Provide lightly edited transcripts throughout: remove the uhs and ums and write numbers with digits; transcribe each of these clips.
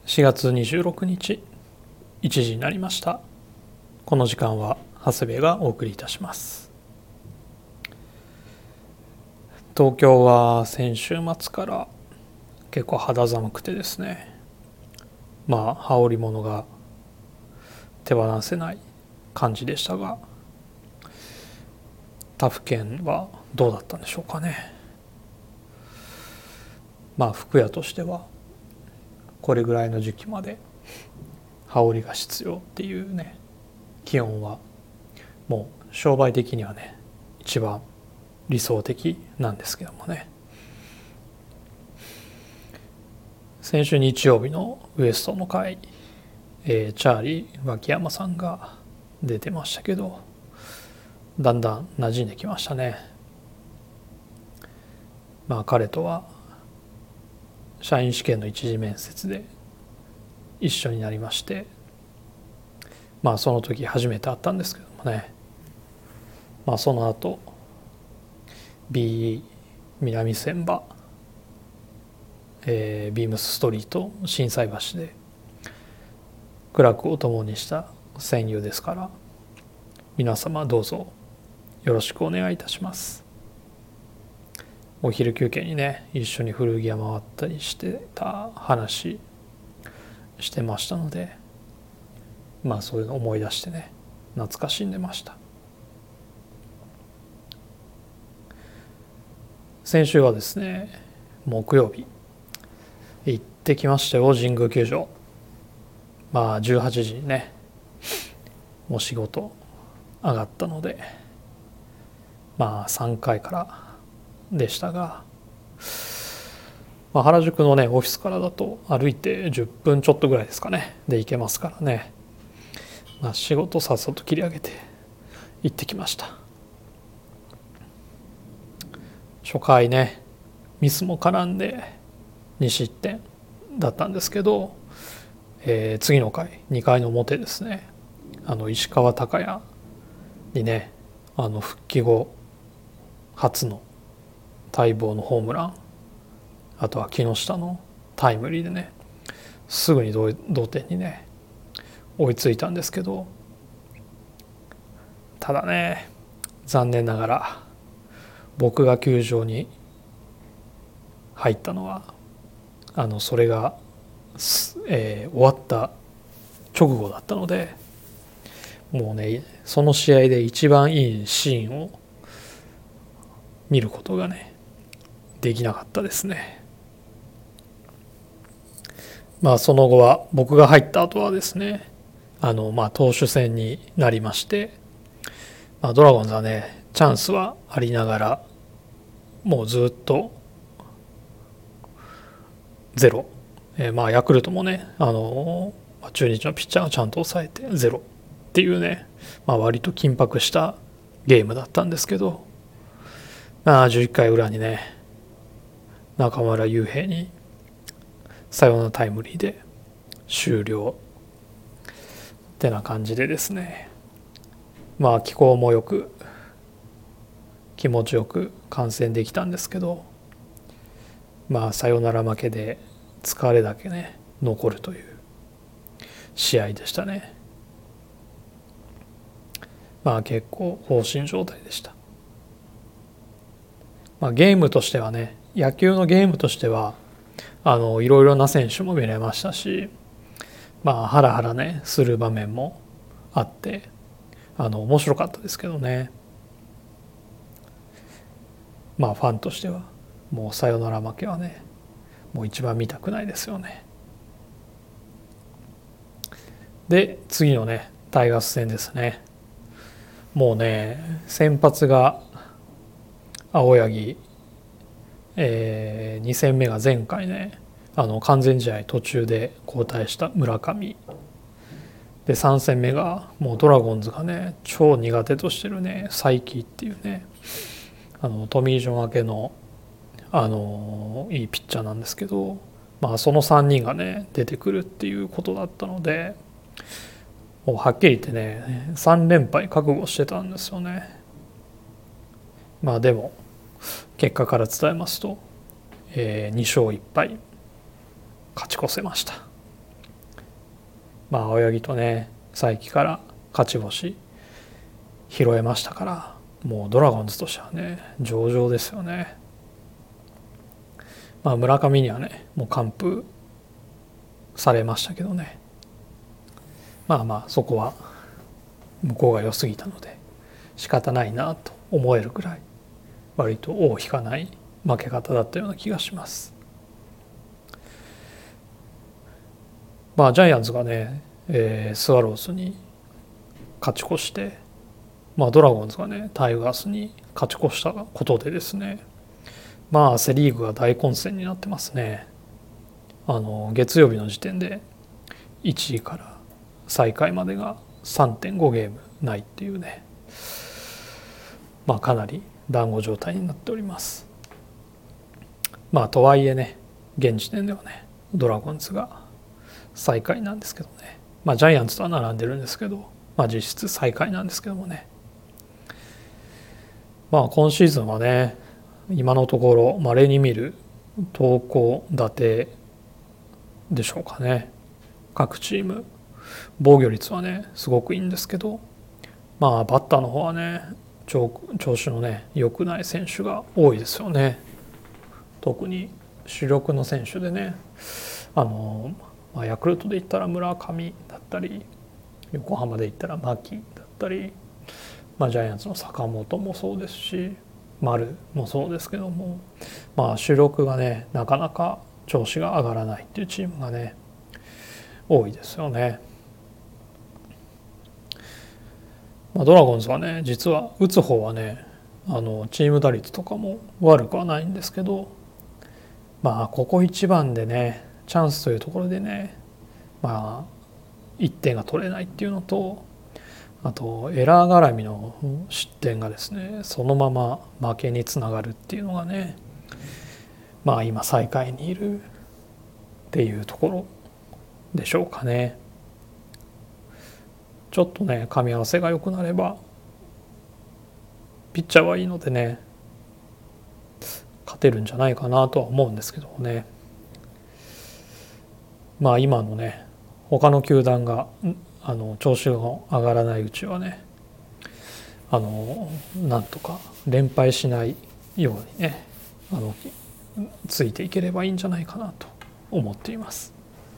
4月26日1時になりました。この時間は長谷部がお送りいたします。東京は先週末から結構肌寒くてですね、羽織物が手放せない感じでしたが、他府県はどうだったんでしょうかね。服屋としてはこれぐらいの時期まで羽織が必要っていうね、気温はもう商売的にはね一番理想的なんですけどもね。先週日曜日のウエストの会、チャーリー脇山さんが出てましたけど、だんだん馴染んできましたね。彼とは社員試験の一次面接で一緒になりまして、その時初めて会ったんですけどもね、その後 BE 南千葉、ビームスストリート心斎橋で苦楽を共にした戦友ですから、皆様どうぞよろしくお願いいたします。お昼休憩にね一緒に古着屋回ったりしてた話してましたので、そういうの思い出してね懐かしんでました。先週はですね木曜日行ってきましたよ、神宮球場。18時にねもう仕事上がったので3回からでしたが、原宿のねオフィスからだと歩いて10分ちょっとぐらいですかねで行けますからね、仕事さっさと切り上げて行ってきました。初回ねミスも絡んで2失点だったんですけど、次の回2回の表ですね、石川昂弥にね復帰後初の待望のホームラン、あとは木下のタイムリーでねすぐに同点にね追いついたんですけど、ただね残念ながら僕が球場に入ったのはそれが、終わった直後だったので、もうねその試合で一番いいシーンを見ることがねできなかったですね。その後は僕が入った後はですね投手戦になりまして、ドラゴンズはねチャンスはありながらもうずっとゼロ、ヤクルトもね中日のピッチャーがちゃんと抑えてゼロっていうね、割と緊迫したゲームだったんですけど、11回裏にね中村悠平にサヨナラタイムリーで終了ってな感じでですね、気候もよく気持ちよく観戦できたんですけど、サヨナラ負けで疲れだけね残るという試合でしたね。結構放心状態でした。ゲームとしてはね、野球のゲームとしてはいろいろな選手も見れましたし、ハラハラねする場面もあって面白かったですけどね。ファンとしてはもうサヨナラ負けはねもう一番見たくないですよね。で次のねタイガース戦ですね。もうね先発が青柳、2戦目が前回ね完全試合途中で交代した村上で、3戦目がもうドラゴンズがね超苦手としてるね才木っていうねトミー・ジョン明けのいいピッチャーなんですけど、その3人がね出てくるっていうことだったので、もうはっきり言ってね3連敗覚悟してたんですよね。でも結果から伝えますと、2勝1敗勝ち越せました。 青柳とね才木から勝ち星拾えましたから、もうドラゴンズとしてはね上々ですよね。村上にはねもう完封されましたけどね、そこは向こうが良すぎたので仕方ないなと思えるくらい割と尾を引かない負け方だったような気がします。ジャイアンツがね、スワローズに勝ち越して、ドラゴンズがねタイガースに勝ち越したことでですね、セ・リーグが大混戦になってますね。月曜日の時点で1位から最下位までが 3.5 ゲームないっていうね、かなり団子状態になっております。とはいえね現時点ではねドラゴンズが最下位なんですけどね、ジャイアンツとは並んでるんですけど、実質最下位なんですけどもね、今シーズンはね今のところ稀に見る投高打点でしょうかね。各チーム防御率はねすごくいいんですけど、バッターの方はね調子のね良くない選手が多いですよね。特に主力の選手でね、ヤクルトで言ったら村上だったり、横浜で言ったら牧だったり、ジャイアンツの坂本もそうですし丸もそうですけども、主力がねなかなか調子が上がらないっていうチームがね多いですよね。ドラゴンズはね実は打つ方はねチーム打率とかも悪くはないんですけど、ここ一番でねチャンスというところでね1点が取れないっていうのと、あとエラー絡みの失点がですねそのまま負けにつながるっていうのがね、今最下位にいるっていうところでしょうかね。ちょっとね噛み合わせが良くなればピッチャーはいいのでね勝てるんじゃないかなとは思うんですけどね。今のね他の球団が調子が上がらないうちはねなんとか連敗しないようにねついていければいいんじゃないかなと思っています。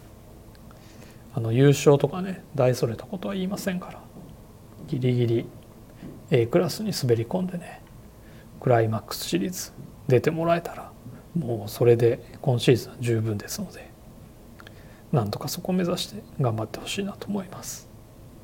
優勝とかね大それたことは言いませんから、ギリギリ A クラスに滑り込んでねクライマックスシリーズ出てもらえたらもうそれで今シーズンは十分ですので、なんとかそこを目指して頑張ってほしいなと思います。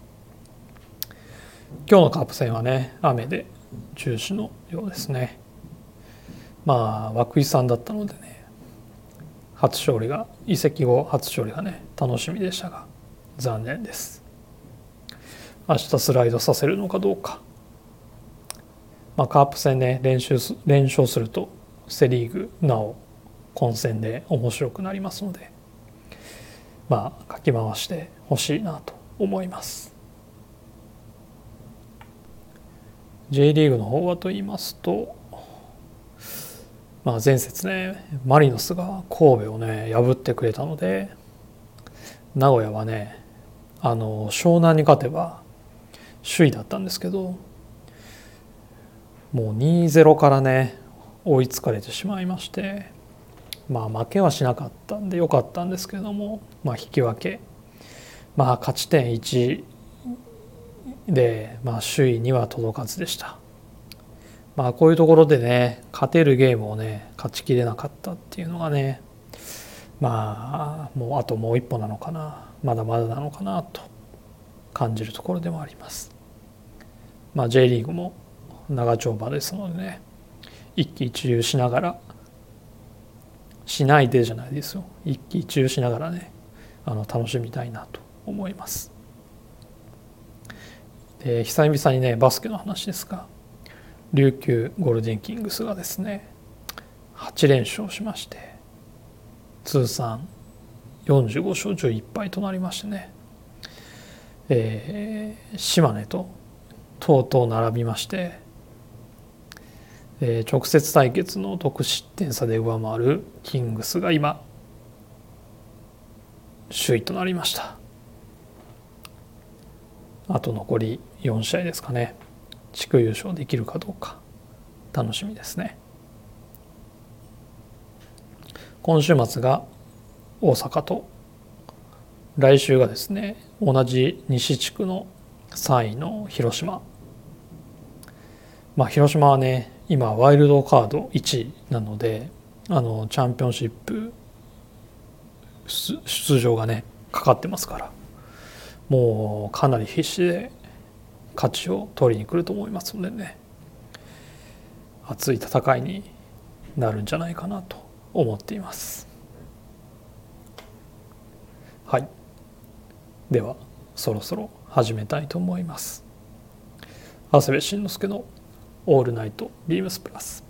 今日のカープ戦はね雨で中止のようですね。涌井さんだったのでね初勝利が移籍後初勝利がね楽しみでしたが残念です。明日スライドさせるのかどうか。カープ戦ね連勝するとセ・リーグなお混戦で面白くなりますので、かき回してほしいなと思います。J リーグの方はと言いますと、前節ねマリノスが神戸をね破ってくれたので、名古屋はね湘南に勝てば首位だったんですけど、もう 2-0 からね追いつかれてしまいまして、負けはしなかったんでよかったんですけども、引き分け、勝ち点1で、首位には届かずでした。こういうところでね勝てるゲームをね勝ちきれなかったっていうのがね、もうあともう一歩なのかな、まだまだなのかなと感じるところでもあります。J リーグも長丁場ですのでね一喜一憂しながら、しないでじゃないですよ、一喜一憂しながらね楽しみたいなと思います。で久々にねバスケの話ですが、琉球ゴールデンキングスがですね8連勝しまして通算45勝11敗となりましてね、島根ととうとう並びまして、直接対決の得失点差で上回るキングスが今首位となりました。 あと残り4試合ですかね。地区優勝できるかどうか楽しみですね。今週末が大阪と、来週がですね同じ西地区の3位の広島。広島はね今ワイルドカード1位なのでチャンピオンシップ出場がねかかってますから、もうかなり必死で勝ちを取りに来ると思いますのでね、熱い戦いになるんじゃないかなと思っています。はい、ではそろそろ始めたいと思います。長谷部慎之介のオールナイトビームスプラス。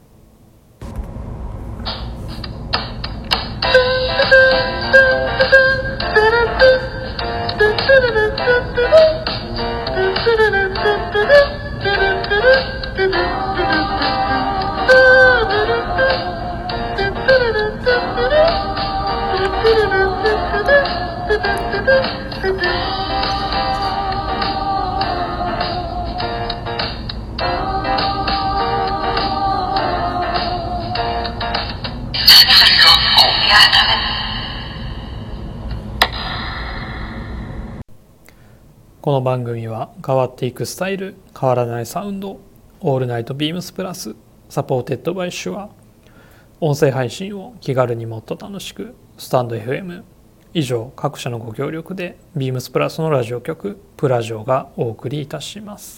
この番組は変わっていくスタイル、変わらないサウンド、オールナイトビームスプラス、サポーテッドバイシュア。音声配信を気軽にもっと楽しく、スタンド FM。以上各社のご協力でビームスプラスのラジオ局プラジオがお送りいたします。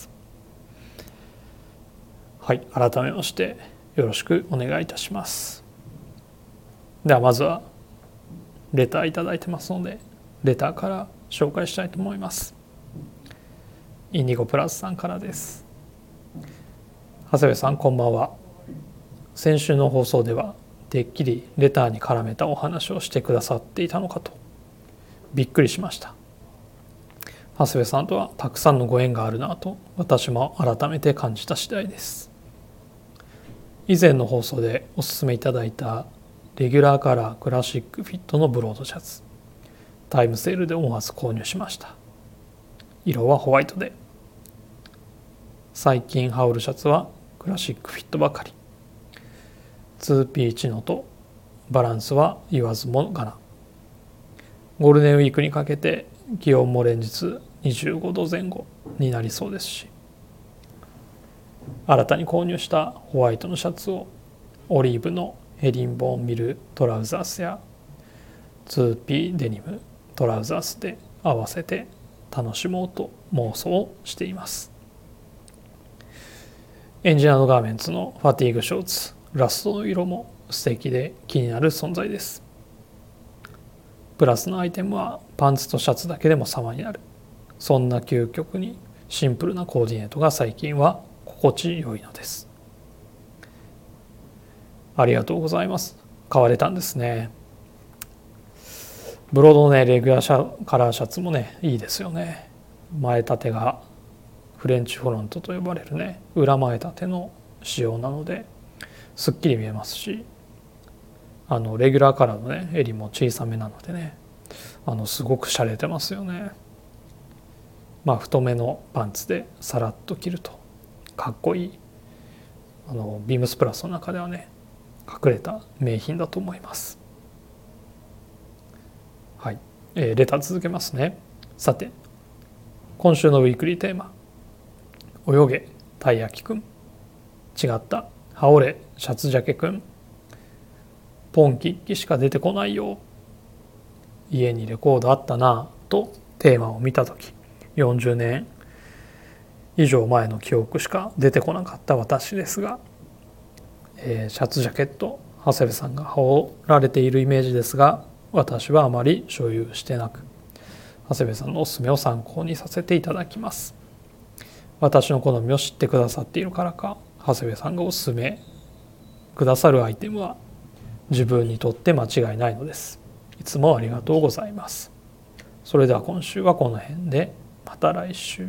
はい、改めましてよろしくお願いいたします。ではまずはレターいただいてますので、レターから紹介したいと思います。インディゴプラスさんからです。長谷部さんこんばんは。先週の放送ではてっきりレターに絡めたお話をしてくださっていたのかとびっくりしました。長谷部さんとはたくさんのご縁があるなと私も改めて感じた次第です。以前の放送でお勧めいただいたレギュラーカラークラシックフィットのブロードシャツ、タイムセールで思わず購入しました。色はホワイトで、最近羽織るシャツはクラシックフィットばかり。2P チノとバランスは言わずもがな。ゴールデンウィークにかけて気温も連日25度前後になりそうですし、新たに購入したホワイトのシャツをオリーブのヘリンボーンミルトラウザースや 2P デニムトラウザースで合わせて楽しもうと妄想しています。エンジニアードガーメンツのファティーグショーツラストの色も素敵で気になる存在です。プラスのアイテムはパンツとシャツだけでも様になる。そんな究極にシンプルなコーディネートが最近は心地よいのです。ありがとうございます。買われたんですね。ブロードのねレギュラーカラーシャツもねいいですよね。前立てがフレンチフロントと呼ばれるね裏前立ての仕様なのですっきり見えますし、レギュラーカラーのね襟も小さめなのでねすごく洒落てますよね。太めのパンツでさらっと着るとかっこいいビームスプラスの中ではね隠れた名品だと思います。はい、レター続けますね。さて今週のウィークリーテーマ、泳げたい焼きくん、違った羽織れシャツジャケくん、ポンキッキしか出てこないよ、家にレコードあったなとテーマを見たとき、40年以上前の記憶しか出てこなかった私ですが、シャツジャケット長谷部さんが羽織られているイメージですが、私はあまり所有してなく、長谷部さんのおすすめを参考にさせていただきます。私の好みを知ってくださっているからか、長谷部さんがおすすめくださるアイテムは自分にとって間違いないのです。いつもありがとうございます。それでは今週はこの辺で、また来週。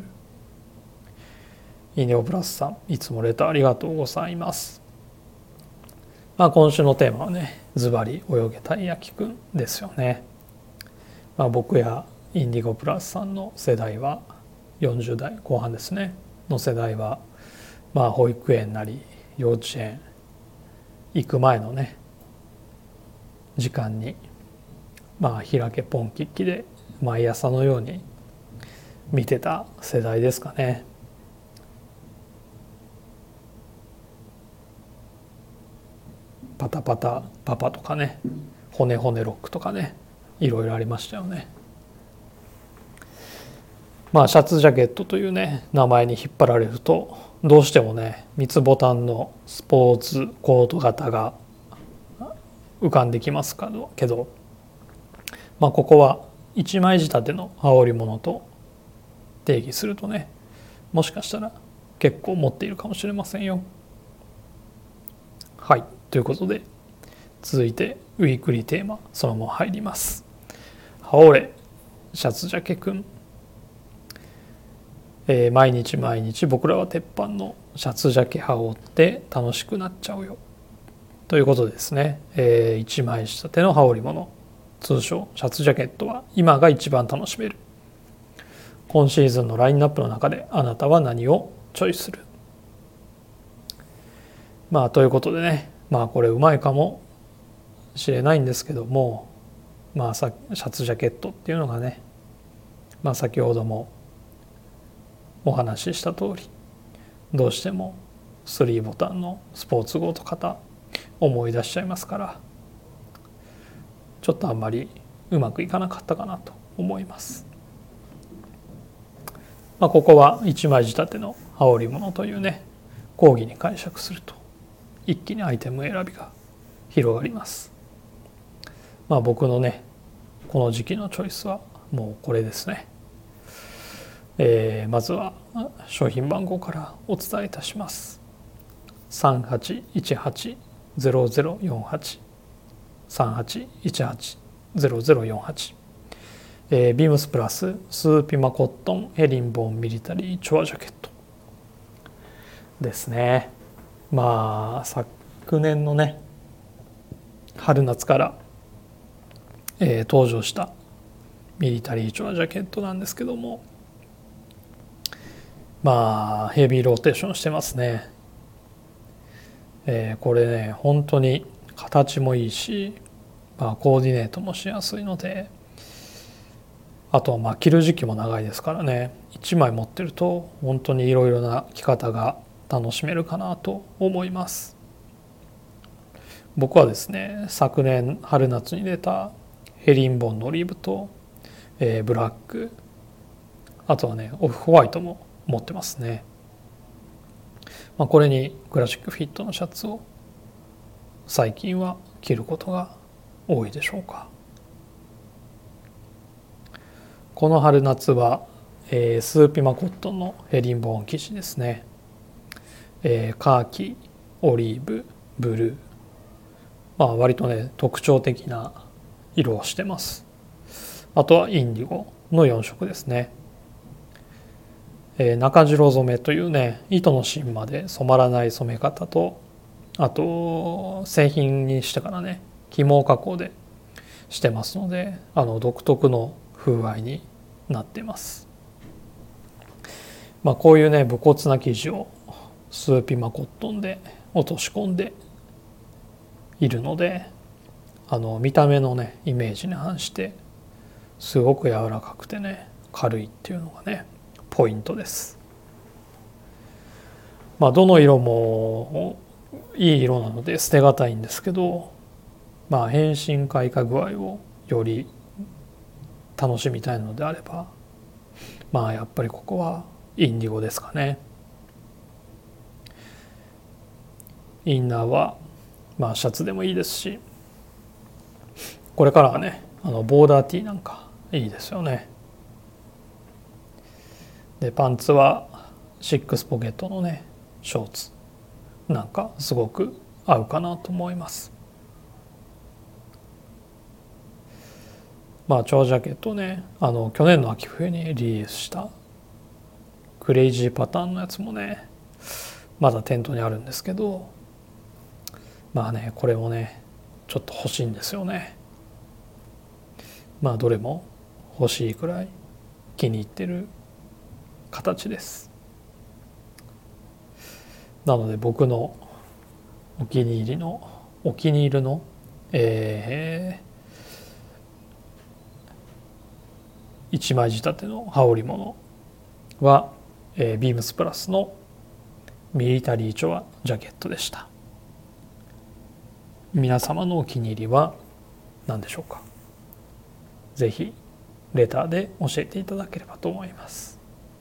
イネオプラスさん、いつもレターありがとうございます。今週のテーマはね、ズバリ泳げたい焼きくんですよね。僕やインディゴプラスさんの世代は 40代後半ですねの世代は、まあ保育園なり幼稚園行く前のね時間にまあ開けポンキッキで毎朝のように見てた世代ですかね。パタパタパパとかね、骨骨ロックとかね、いろいろありましたよね。まあシャツジャケットというね名前に引っ張られるとどうしてもね三つボタンのスポーツコート型が浮かんできますけど、まあここは一枚仕立ての羽織物と定義するとね、もしかしたら結構持っているかもしれませんよ。はい、ということで続いてウィークリーテーマそのまま入ります。羽織シャツジャケくん、毎日毎日僕らは鉄板のシャツジャケ羽織って楽しくなっちゃうよということですね。一枚仕立ての羽織物、通称シャツジャケットは今が一番楽しめる。今シーズンのラインナップの中であなたは何をチョイスする。まあということでね、まあこれうまいかもしれないんですけども、まあシャツジャケットっていうのがね、まあ先ほどもお話しした通りどうしても3ボタンのスポーツコート型思い出しちゃいますから、ちょっとあんまりうまくいかなかったかなと思います。まあ、ここは一枚仕立ての羽織物というね講義に解釈すると一気にアイテム選びが広がります。まあ僕のねこの時期のチョイスはもうこれですね。まずは商品番号からお伝えいたします。3818-0048 3818-0048、ビームスプラススーピマコットンヘリンボーンミリタリーチョアジャケットですね。まあ昨年のね春夏から、登場したミリタリーチョアジャケットなんですけども、まあヘビーローテーションしてますね。これね本当に形もいいし、まあ、コーディネートもしやすいので、あとはまあ着る時期も長いですからね、1枚持ってると本当にいろいろな着方が楽しめるかなと思います。僕はですね昨年春夏に出たヘリンボーンのオリーブと、ブラック、あとはねオフホワイトも持ってますね。まあ、これにクラシックフィットのシャツを最近は着ることが多いでしょうか。この春夏は、スーピマコットンのヘリンボーン生地ですね。カーキ、オリーブ、ブルー、まあ割とね特徴的な色をしてます。あとはインディゴの4色ですね。中白染めというね糸の芯まで染まらない染め方と、あと製品にしてからね起毛加工でしてますので、独特の風合いになっています。まあこういうね武骨な生地をスーピマコットンで落とし込んでいるので、見た目のねイメージに反してすごく柔らかくてね軽いっていうのがねポイントです。まあどの色もいい色なので捨てがたいんですけど、まあ変身開花具合をより楽しみたいのであれば、まあやっぱりここはインディゴですかね。インナーはまあシャツでもいいですし、これからはねボーダーティーなんかいいですよね。でパンツは6ポケットのねショーツなんかすごく合うかなと思います。まあ長ジャケットね去年の秋冬にリリースしたクレイジーパターンのやつもねまだ店頭にあるんですけど、まあねこれもねちょっと欲しいんですよね。まあどれも欲しいくらい気に入ってる形です。なので僕のお気に入りの一枚仕立ての羽織物は、ビームスプラスのミリタリーチョアジャケットでした。皆様のお気に入りは何でしょうか。ぜひレターで教えていただければと思います。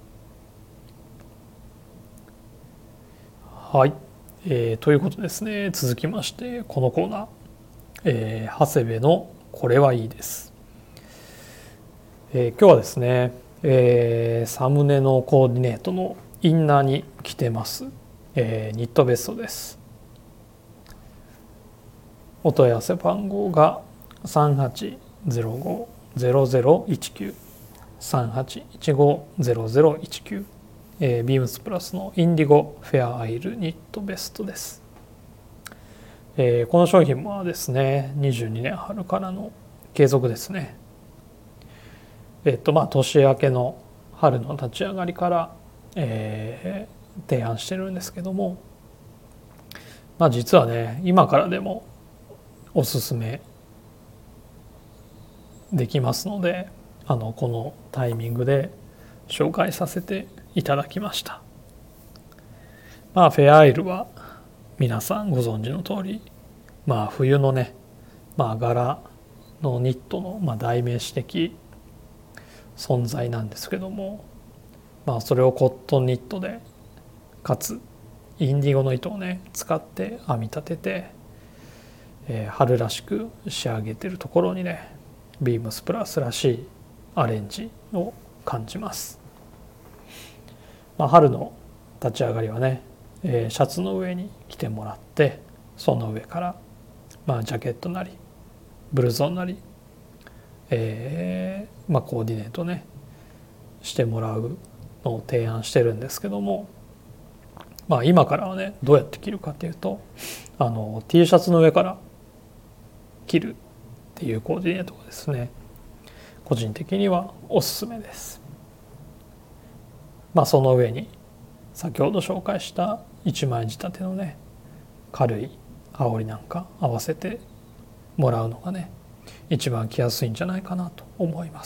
はい、ということですね。続きましてこのコーナー、長谷部のこれはいいです。今日はですね、サムネのコーディネートのインナーに着てます、ニットベストです。お問い合わせ番号が3805-0019 3815-0019、ビームスプラスのインディゴフェアアイルニットベストです。この商品はですね、22年春からの継続ですね。年明けの春の立ち上がりから、提案してるんですけども、実はね、今からでもおすすめできますので、このタイミングで紹介させていただきました。フェアアイルは皆さんご存知の通り、冬のね、柄のニットの代名詞的存在なんですけども、それをコットンニットでかつインディゴの糸をね使って編み立てて、春らしく仕上げてるところにね、ビームスプラスらしいアレンジを感じます。春の立ち上がりはね、シャツの上に着てもらって、その上からジャケットなりブルゾンなり、コーディネートねしてもらうのを提案してるんですけども、今からはねどうやって着るかっていうと、T シャツの上から着るっていうコーディネートがですね、個人的にはおすすめです。その上に先ほど紹介した一枚仕立てのね軽い羽織なんか合わせてもらうのがね一番着やすいんじゃないかなと思います。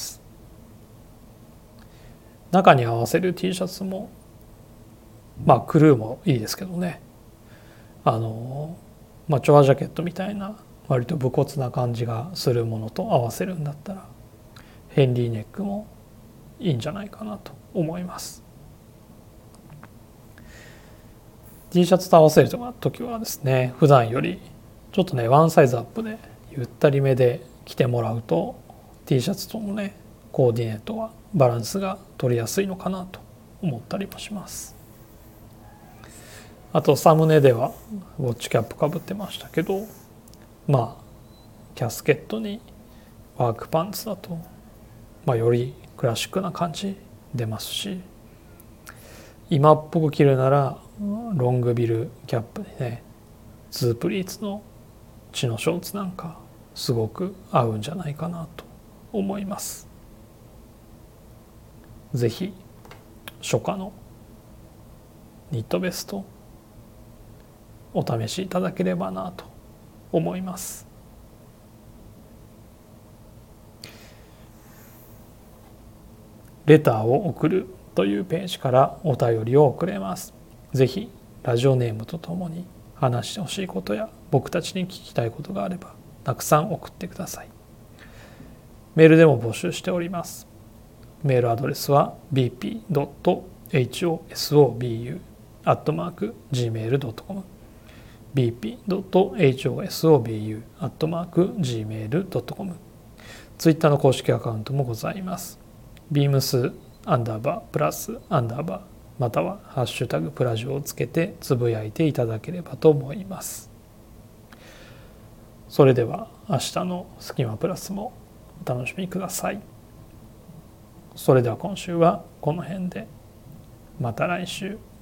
中に合わせる T シャツもクルーもいいですけどね、チョアジャケットみたいな割と武骨な感じがするものと合わせるんだったらヘンリーネックもいいんじゃないかなと思います。T シャツと合わせる時はですね、普段よりちょっとねワンサイズアップでゆったりめで着てもらうと T シャツとのねコーディネートはバランスが取りやすいのかなと思ったりもします。あとサムネではウォッチキャップかぶってましたけど、キャスケットにワークパンツだと、よりクラシックな感じ出ますし、今っぽく着るならロングビルキャップにねツープリーツのチノショーツなんかすごく合うんじゃないかなと思います。ぜひ初夏のニットベストお試しいただければなと思います。レターを送るというページからお便りを送れます。ぜひラジオネームとともに話してほしいことや僕たちに聞きたいことがあればたくさん送ってください。メールでも募集しております。メールアドレスは bp.hosobu@gmail.com bp.hosobu@gmail.com ツイッターの公式アカウントもございます。beams_+_ またはハッシュタグプラジオをつけてつぶやいていただければと思います。それでは明日のスキマプラスもお楽しみください。それでは今週はこの辺で、また来週。